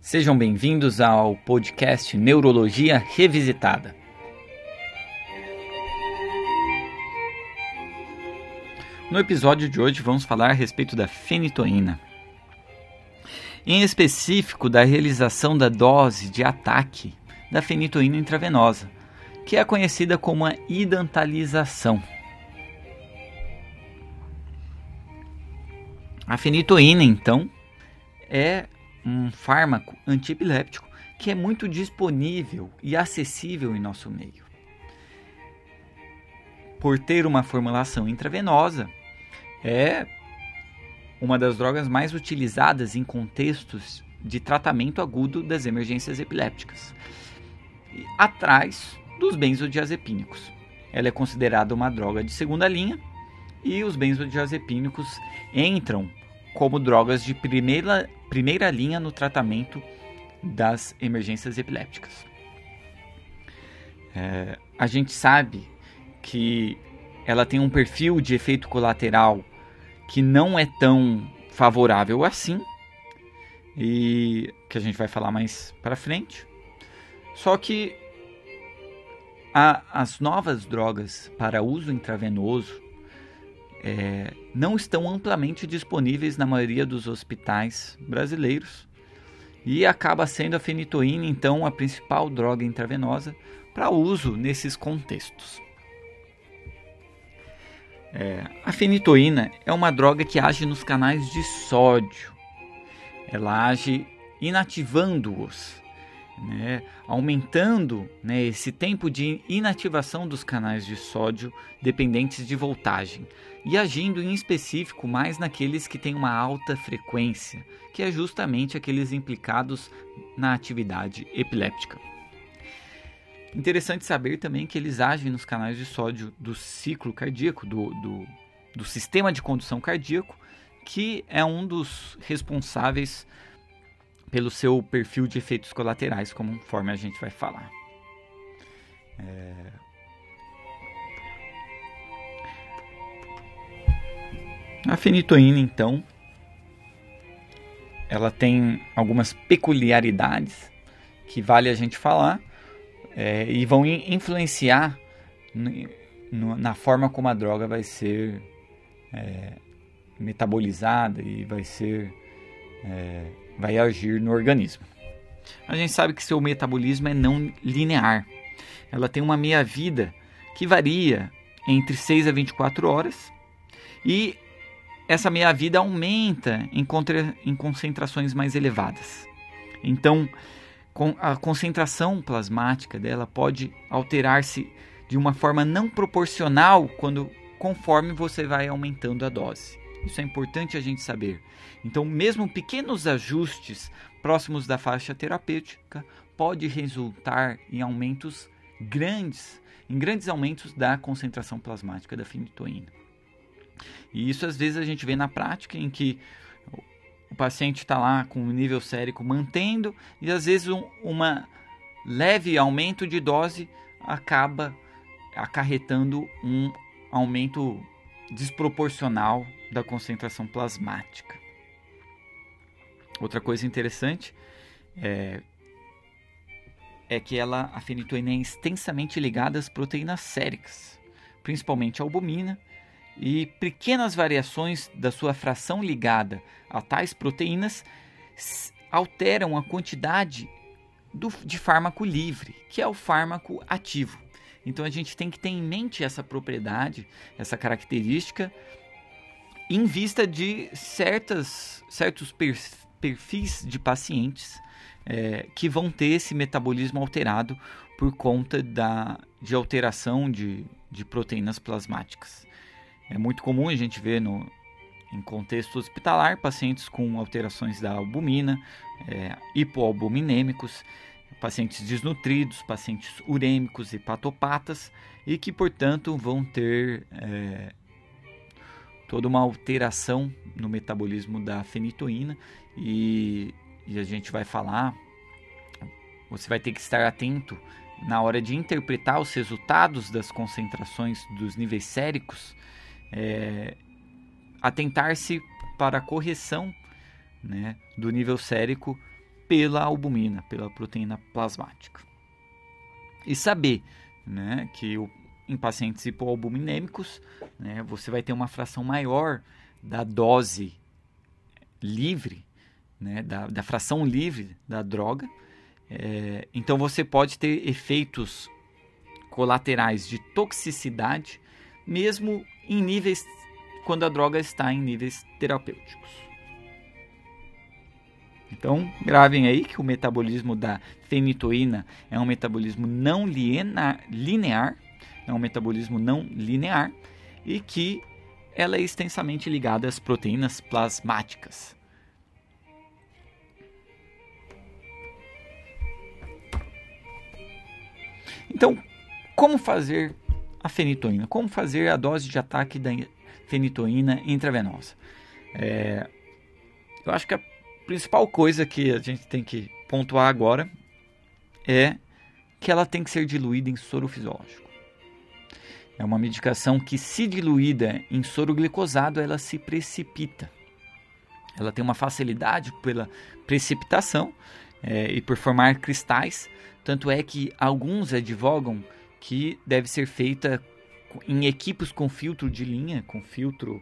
Sejam bem-vindos ao podcast Neurologia Revisitada. No episódio de hoje vamos falar a respeito da fenitoína. Em específico da realização da dose de ataque da fenitoína intravenosa, que é conhecida como a hidantalização. A fenitoína, então, é um fármaco antiepiléptico que é muito disponível e acessível em nosso meio. Por ter uma formulação intravenosa, é uma das drogas mais utilizadas em contextos de tratamento agudo das emergências epilépticas, atrás dos benzodiazepínicos. Ela é considerada uma droga de segunda linha e os benzodiazepínicos entram como drogas de primeira linha no tratamento das emergências epilépticas. A gente sabe que ela tem um perfil de efeito colateral que não é tão favorável assim, e que a gente vai falar mais para frente. Só que as novas drogas para uso intravenoso não estão amplamente disponíveis na maioria dos hospitais brasileiros e acaba sendo a fenitoína, então, a principal droga intravenosa para uso nesses contextos. A fenitoína é uma droga que age nos canais de sódio. Ela age inativando-os, aumentando esse tempo de inativação dos canais de sódio dependentes de voltagem e agindo em específico mais naqueles que têm uma alta frequência, que é justamente aqueles implicados na atividade epiléptica. Interessante saber também que eles agem nos canais de sódio do ciclo cardíaco, do sistema de condução cardíaco, que é um dos responsáveis pelo seu perfil de efeitos colaterais, conforme a gente vai falar. A fenitoína, então, ela tem algumas peculiaridades que vale a gente falar e vão influenciar na forma como a droga vai ser metabolizada e vai agir no organismo. A gente sabe que seu metabolismo é não linear. Ela tem uma meia-vida que varia entre 6 a 24 horas e essa meia-vida aumenta em concentrações mais elevadas. Então, a concentração plasmática dela pode alterar-se de uma forma não proporcional conforme você vai aumentando a dose. Isso é importante a gente saber. Então, mesmo pequenos ajustes próximos da faixa terapêutica pode resultar em grandes aumentos da concentração plasmática da fenitoína. E isso às vezes a gente vê na prática, em que o paciente está lá com o nível sérico mantendo e às vezes um leve aumento de dose acaba acarretando um aumento desproporcional da concentração plasmática. Outra coisa interessante é que a fenitoína é extensamente ligada às proteínas séricas, principalmente a albumina, e pequenas variações da sua fração ligada a tais proteínas alteram a quantidade de fármaco livre, que é o fármaco ativo. Então a gente tem que ter em mente essa propriedade, essa característica, em vista de certos perfis de pacientes que vão ter esse metabolismo alterado por conta de alteração de proteínas plasmáticas. É muito comum a gente ver em contexto hospitalar pacientes com alterações da albumina, hipoalbuminêmicos, pacientes desnutridos, pacientes urêmicos, hepatopatas e que, portanto, vão ter toda uma alteração no metabolismo da fenitoína e a gente vai falar, você vai ter que estar atento na hora de interpretar os resultados das concentrações dos níveis séricos, atentar-se para a correção, do nível sérico pela albumina, pela proteína plasmática. E saber, né, que em pacientes hipoalbuminêmicos, né, você vai ter uma fração maior da dose livre, né, da fração livre da droga. Então você pode ter efeitos colaterais de toxicidade, mesmo em níveis, quando a droga está em níveis terapêuticos. Então, gravem aí que o metabolismo da fenitoína é um metabolismo não linear, é um metabolismo não linear, e que ela é extensamente ligada às proteínas plasmáticas. Então, como fazer a fenitoína? Como fazer a dose de ataque da fenitoína intravenosa? Eu acho que a principal coisa que a gente tem que pontuar agora é que ela tem que ser diluída em soro fisiológico. É uma medicação que, se diluída em soro glicosado, ela se precipita. Ela tem uma facilidade pela precipitação e por formar cristais. Tanto é que alguns advogam que deve ser feita em equipos com filtro de linha, com filtro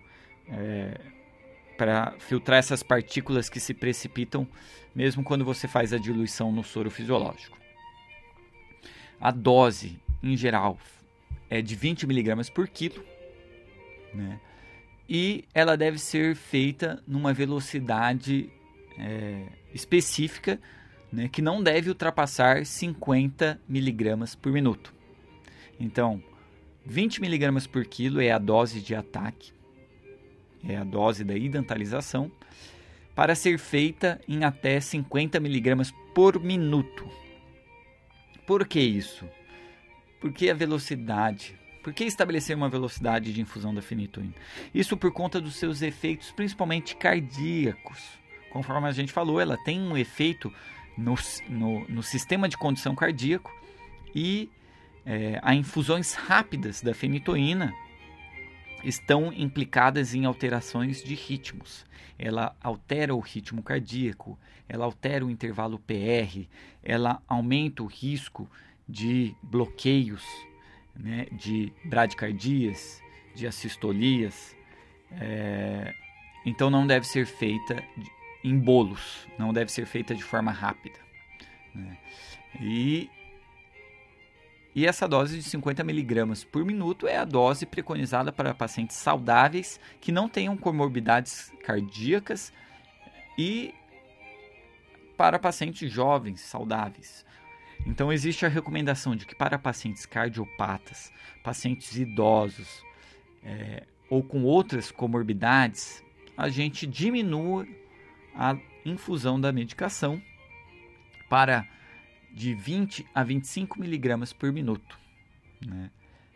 para filtrar essas partículas que se precipitam, mesmo quando você faz a diluição no soro fisiológico. A dose, em geral, é de 20 mg por quilo, né? E ela deve ser feita numa velocidade específica, né, que não deve ultrapassar 50 mg por minuto. Então, 20 mg por quilo é a dose de ataque, é a dose da idantalização, para ser feita em até 50 mg por minuto. Por que isso? Por que a velocidade? Por que estabelecer uma velocidade de infusão da fenitoína? Isso por conta dos seus efeitos, principalmente cardíacos. Conforme a gente falou, ela tem um efeito no sistema de condição cardíaco, e as infusões rápidas da fenitoína estão implicadas em alterações de ritmos. Ela altera o ritmo cardíaco, ela altera o intervalo PR, ela aumenta o risco de bloqueios, né, de bradicardias, de assistolias. Então não deve ser feita em bolos, não deve ser feita de forma rápida, né? E essa dose de 50 mg por minuto é a dose preconizada para pacientes saudáveis que não tenham comorbidades cardíacas e para pacientes jovens saudáveis. Então existe a recomendação de que para pacientes cardiopatas, pacientes idosos ou com outras comorbidades, a gente diminua a infusão da medicação para de 20 a 25 mg por minuto, né?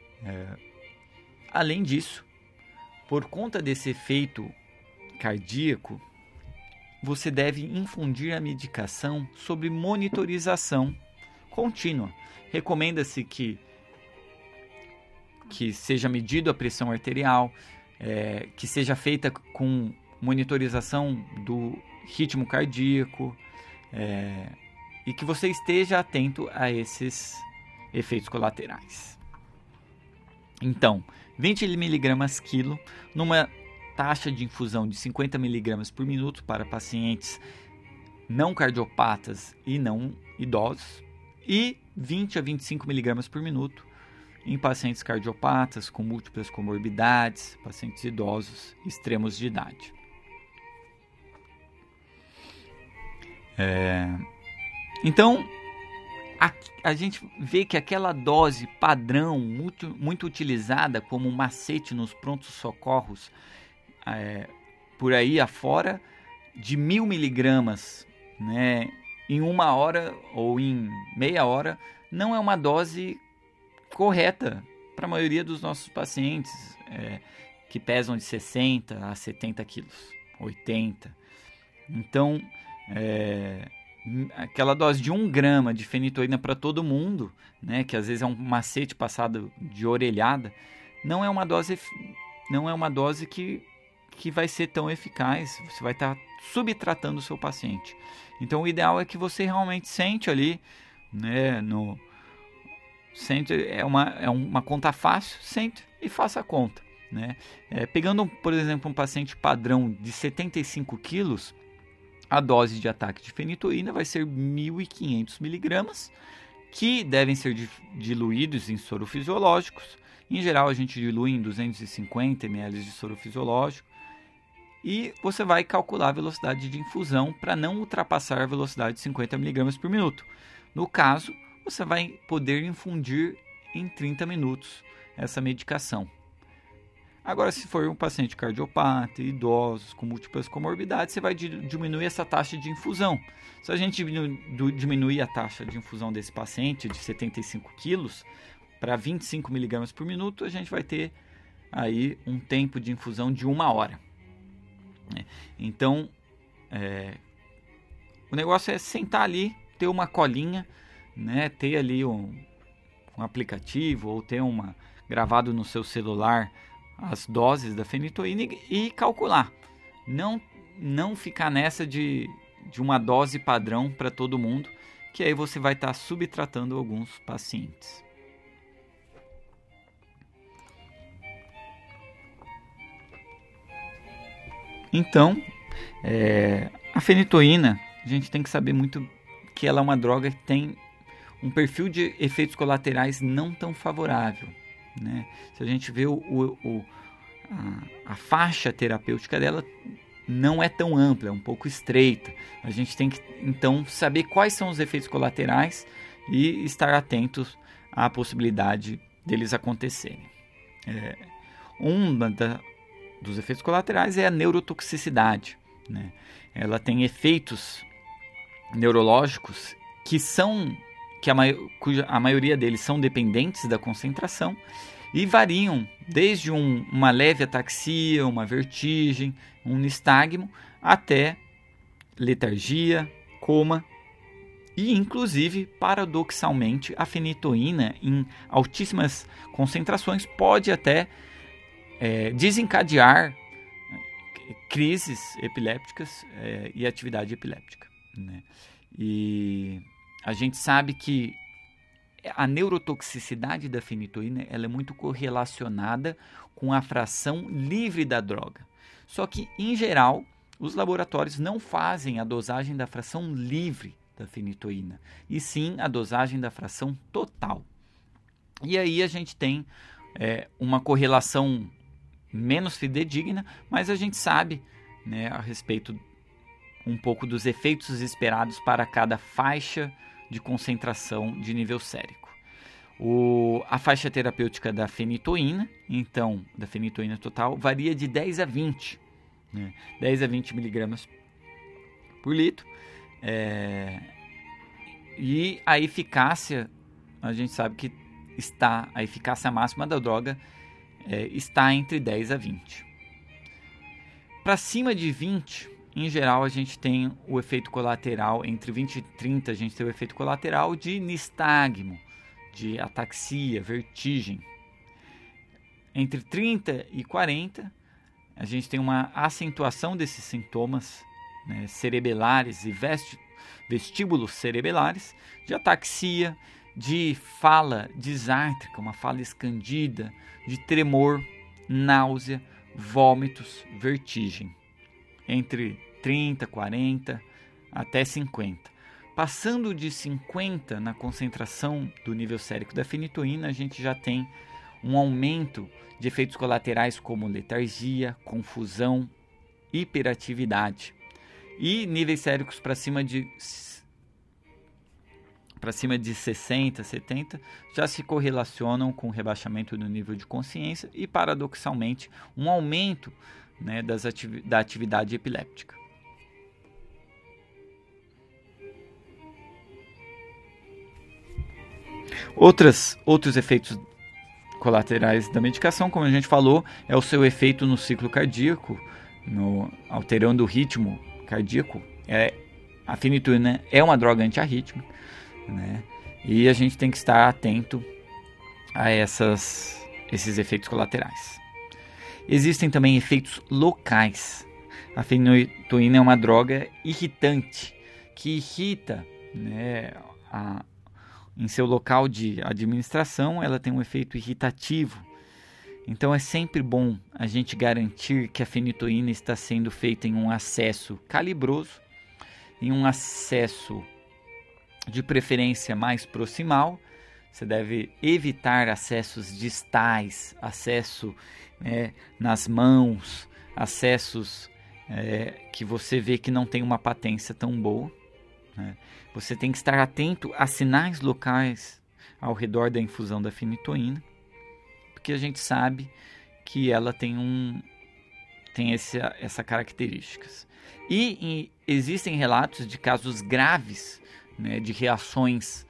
Além disso, por conta desse efeito cardíaco, você deve infundir a medicação sob monitorização contínua. Recomenda-se que seja medida a pressão arterial, que seja feita com monitorização do ritmo cardíaco, e que você esteja atento a esses efeitos colaterais. Então, 20 mg quilo, numa taxa de infusão de 50 mg por minuto para pacientes não cardiopatas e não idosos, e 20 a 25 mg por minuto em pacientes cardiopatas com múltiplas comorbidades, pacientes idosos extremos de idade. Então, a gente vê que aquela dose padrão, muito utilizada como macete nos prontos-socorros por aí afora, de 1000 mg, né, em 1 hora ou em meia hora, não é uma dose correta para a maioria dos nossos pacientes que pesam de 60 a 70 quilos, 80. Então, aquela dose de 1 grama de fenitoína para todo mundo, né, que às vezes é um macete passado de orelhada, não é uma dose que que vai ser tão eficaz, você vai estar subtratando o seu paciente. Então o ideal é que você realmente sente ali, né, é uma conta fácil, sente e faça a conta, né? Pegando, por exemplo, um paciente padrão de 75 quilos, a dose de ataque de fenitoína vai ser 1.500 miligramas, que devem ser diluídos em soro fisiológicos. Em geral, a gente dilui em 250 ml de soro fisiológico. E você vai calcular a velocidade de infusão para não ultrapassar a velocidade de 50 mg por minuto. No caso, você vai poder infundir em 30 minutos essa medicação. Agora, se for um paciente cardiopata, idosos, com múltiplas comorbidades, você vai diminuir essa taxa de infusão. Se a gente diminuir a taxa de infusão desse paciente de 75 quilos para 25 mg por minuto, a gente vai ter aí um tempo de infusão de 1 hora. Então, o negócio é sentar ali, ter uma colinha, né, ter ali um aplicativo ou ter gravado no seu celular as doses da fenitoína e calcular. Não ficar nessa de uma dose padrão para todo mundo, que aí você vai estar subtratando alguns pacientes. Então, a fenitoína, a gente tem que saber muito que ela é uma droga que tem um perfil de efeitos colaterais não tão favorável, né? Se a gente vê a faixa terapêutica dela não é tão ampla, é um pouco estreita. A gente tem que, então, saber quais são os efeitos colaterais e estar atentos à possibilidade deles acontecerem. Dos efeitos colaterais é a neurotoxicidade, né? Ela tem efeitos neurológicos cuja a maioria deles são dependentes da concentração e variam desde uma leve ataxia, uma vertigem, um nistagmo, até letargia, coma e, inclusive, paradoxalmente, a fenitoína em altíssimas concentrações pode até desencadear crises epilépticas e atividade epiléptica, né? E a gente sabe que a neurotoxicidade da fenitoína ela é muito correlacionada com a fração livre da droga. Só que, em geral, os laboratórios não fazem a dosagem da fração livre da fenitoína, e sim a dosagem da fração total. E aí a gente tem uma correlação menos fidedigna, mas a gente sabe, né, a respeito um pouco dos efeitos esperados para cada faixa de concentração de nível sérico. A faixa terapêutica da fenitoína, então, da fenitoína total, varia de 10 a 20, né? 10 a 20 miligramas por litro. E a eficácia, a gente sabe que a eficácia máxima da droga está entre 10 a 20. Para cima de 20, em geral, a gente tem o efeito colateral, entre 20 e 30, a gente tem o efeito colateral de nistagmo, de ataxia, vertigem. Entre 30 e 40, a gente tem uma acentuação desses sintomas, né, cerebelares e vestíbulos cerebelares, de ataxia, de fala disártrica, uma fala escandida, de tremor, náusea, vômitos, vertigem. Entre 30, 40 até 50. Passando de 50 na concentração do nível sérico da fenitoína, a gente já tem um aumento de efeitos colaterais como letargia, confusão, hiperatividade. E níveis séricos para cima de 60, 70 já se correlacionam com rebaixamento do nível de consciência e, paradoxalmente, um aumento, né, da atividade epiléptica. Outros efeitos colaterais da medicação, como a gente falou, é o seu efeito no ciclo cardíaco, alterando o ritmo cardíaco. A fenitoína é uma droga antiarrítmica, né? E a gente tem que estar atento a esses efeitos colaterais. Existem também efeitos locais. A fenitoína é uma droga irritante, que irrita, né, em seu local de administração, ela tem um efeito irritativo. Então é sempre bom a gente garantir que a fenitoína está sendo feita em um acesso calibroso, em um acesso de preferência mais proximal. Você deve evitar acessos distais, acesso nas mãos, acessos que você vê que não tem uma patência tão boa. Né? Você tem que estar atento a sinais locais ao redor da infusão da fenitoína, porque a gente sabe que ela tem essa características. E existem relatos de casos graves, né, de reações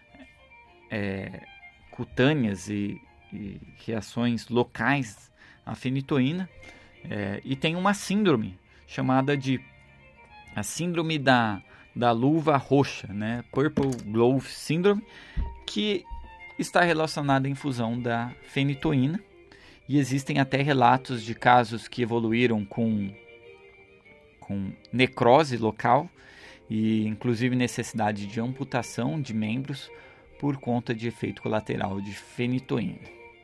cutâneas e reações locais à fenitoína, e tem uma síndrome chamada de a síndrome da luva roxa, né, Purple Glove Syndrome, que está relacionada à infusão da fenitoína, e existem até relatos de casos que evoluíram com necrose local e inclusive necessidade de amputação de membros por conta de efeito colateral de fenitoína.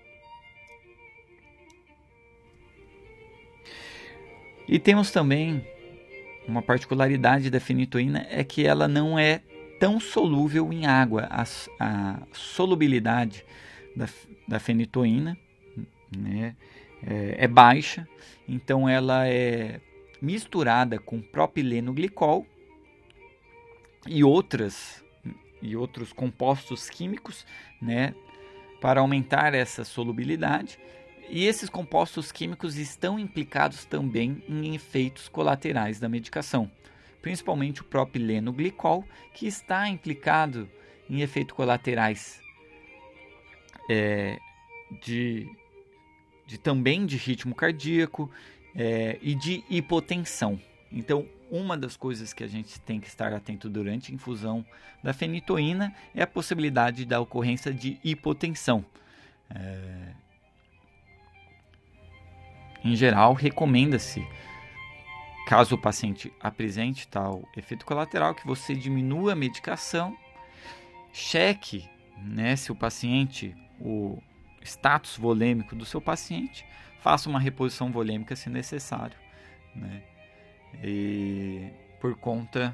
E temos também uma particularidade da fenitoína, é que ela não é tão solúvel em água. A solubilidade da fenitoína, né, é baixa, então ela é misturada com propileno glicol e outros compostos químicos, né, para aumentar essa solubilidade. E esses compostos químicos estão implicados também em efeitos colaterais da medicação, principalmente o propileno glicol, que está implicado em efeitos colaterais também de ritmo cardíaco e de hipotensão. Então, uma das coisas que a gente tem que estar atento durante a infusão da fenitoína é a possibilidade da ocorrência de hipotensão. Em geral, recomenda-se, caso o paciente apresente tal efeito colateral, que você diminua a medicação, cheque, né, se o paciente, o status volêmico do seu paciente, faça uma reposição volêmica se necessário, né, e por conta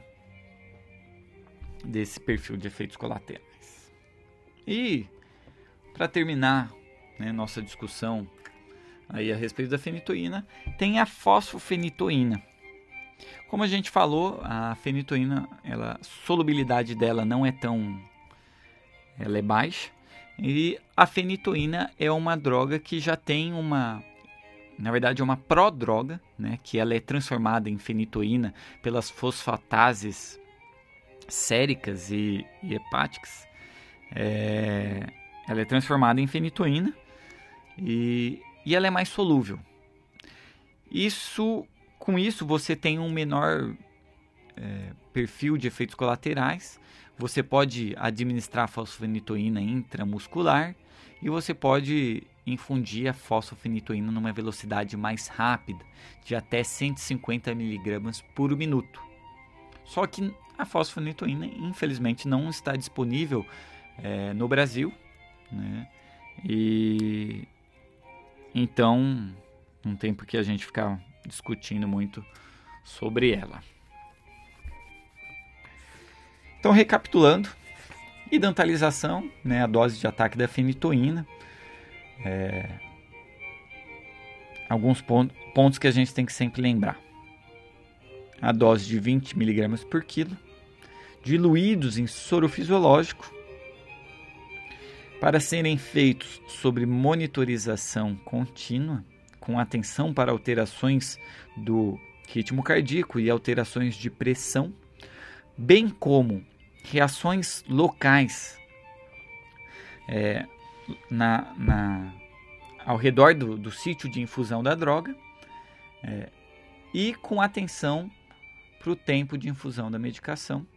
desse perfil de efeitos colaterais. E, para terminar, né, nossa discussão aí a respeito da fenitoína, tem a fosfofenitoína. Como a gente falou, a fenitoína, a solubilidade dela não é ela é baixa, e a fenitoína é uma droga que já tem na verdade é uma prodroga, né, que ela é transformada em fenitoína pelas fosfatases séricas e hepáticas. Ela é transformada em fenitoína e ela é mais solúvel. Com isso você tem um menor perfil de efeitos colaterais. Você pode administrar a fosfenitoína intramuscular e você pode infundir a fosfenitoína numa velocidade mais rápida, de até 150 mg por minuto. Só que a fosfenitoína, infelizmente, não está disponível no Brasil, né? E então não tem por que a gente ficar discutindo muito sobre ela. Então, recapitulando, hidrantalização, né, a dose de ataque da fenitoína. Alguns pontos que a gente tem que sempre lembrar. A dose de 20 mg por quilo, diluídos em soro fisiológico, para serem feitos sobre monitorização contínua, com atenção para alterações do ritmo cardíaco e alterações de pressão, bem como reações locais ao redor do sítio de infusão da droga, e com atenção para o tempo de infusão da medicação,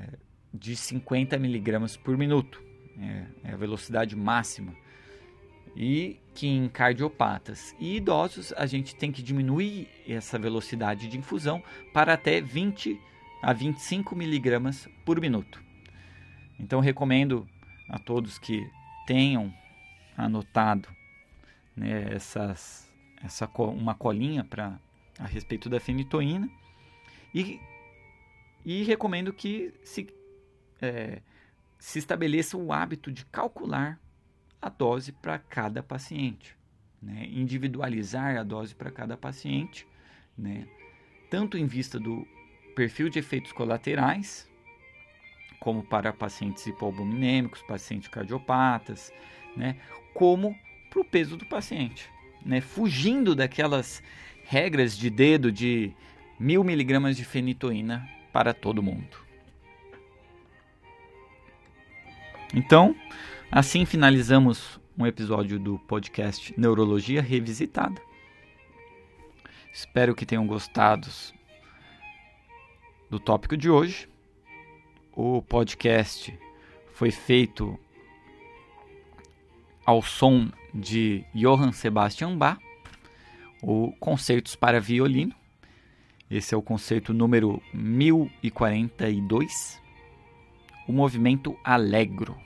de 50 mg por minuto. É a velocidade máxima e que em cardiopatas e idosos a gente tem que diminuir essa velocidade de infusão para até 20 a 25 miligramas por minuto. Então recomendo a todos que tenham anotado, né, uma colinha a respeito da fenitoína e recomendo que se estabeleça o hábito de calcular a dose para cada paciente, né? Individualizar a dose para cada paciente, né? Tanto em vista do perfil de efeitos colaterais, como para pacientes hipoalbuminêmicos, pacientes cardiopatas, né? Como para o peso do paciente, né? Fugindo daquelas regras de dedo de 1000 miligramas de fenitoína para todo mundo. Então, assim finalizamos um episódio do podcast Neurologia Revisitada. Espero que tenham gostado do tópico de hoje. O podcast foi feito ao som de Johann Sebastian Bach, o Concertos para Violino. Esse é o concerto número 1042, o movimento Allegro.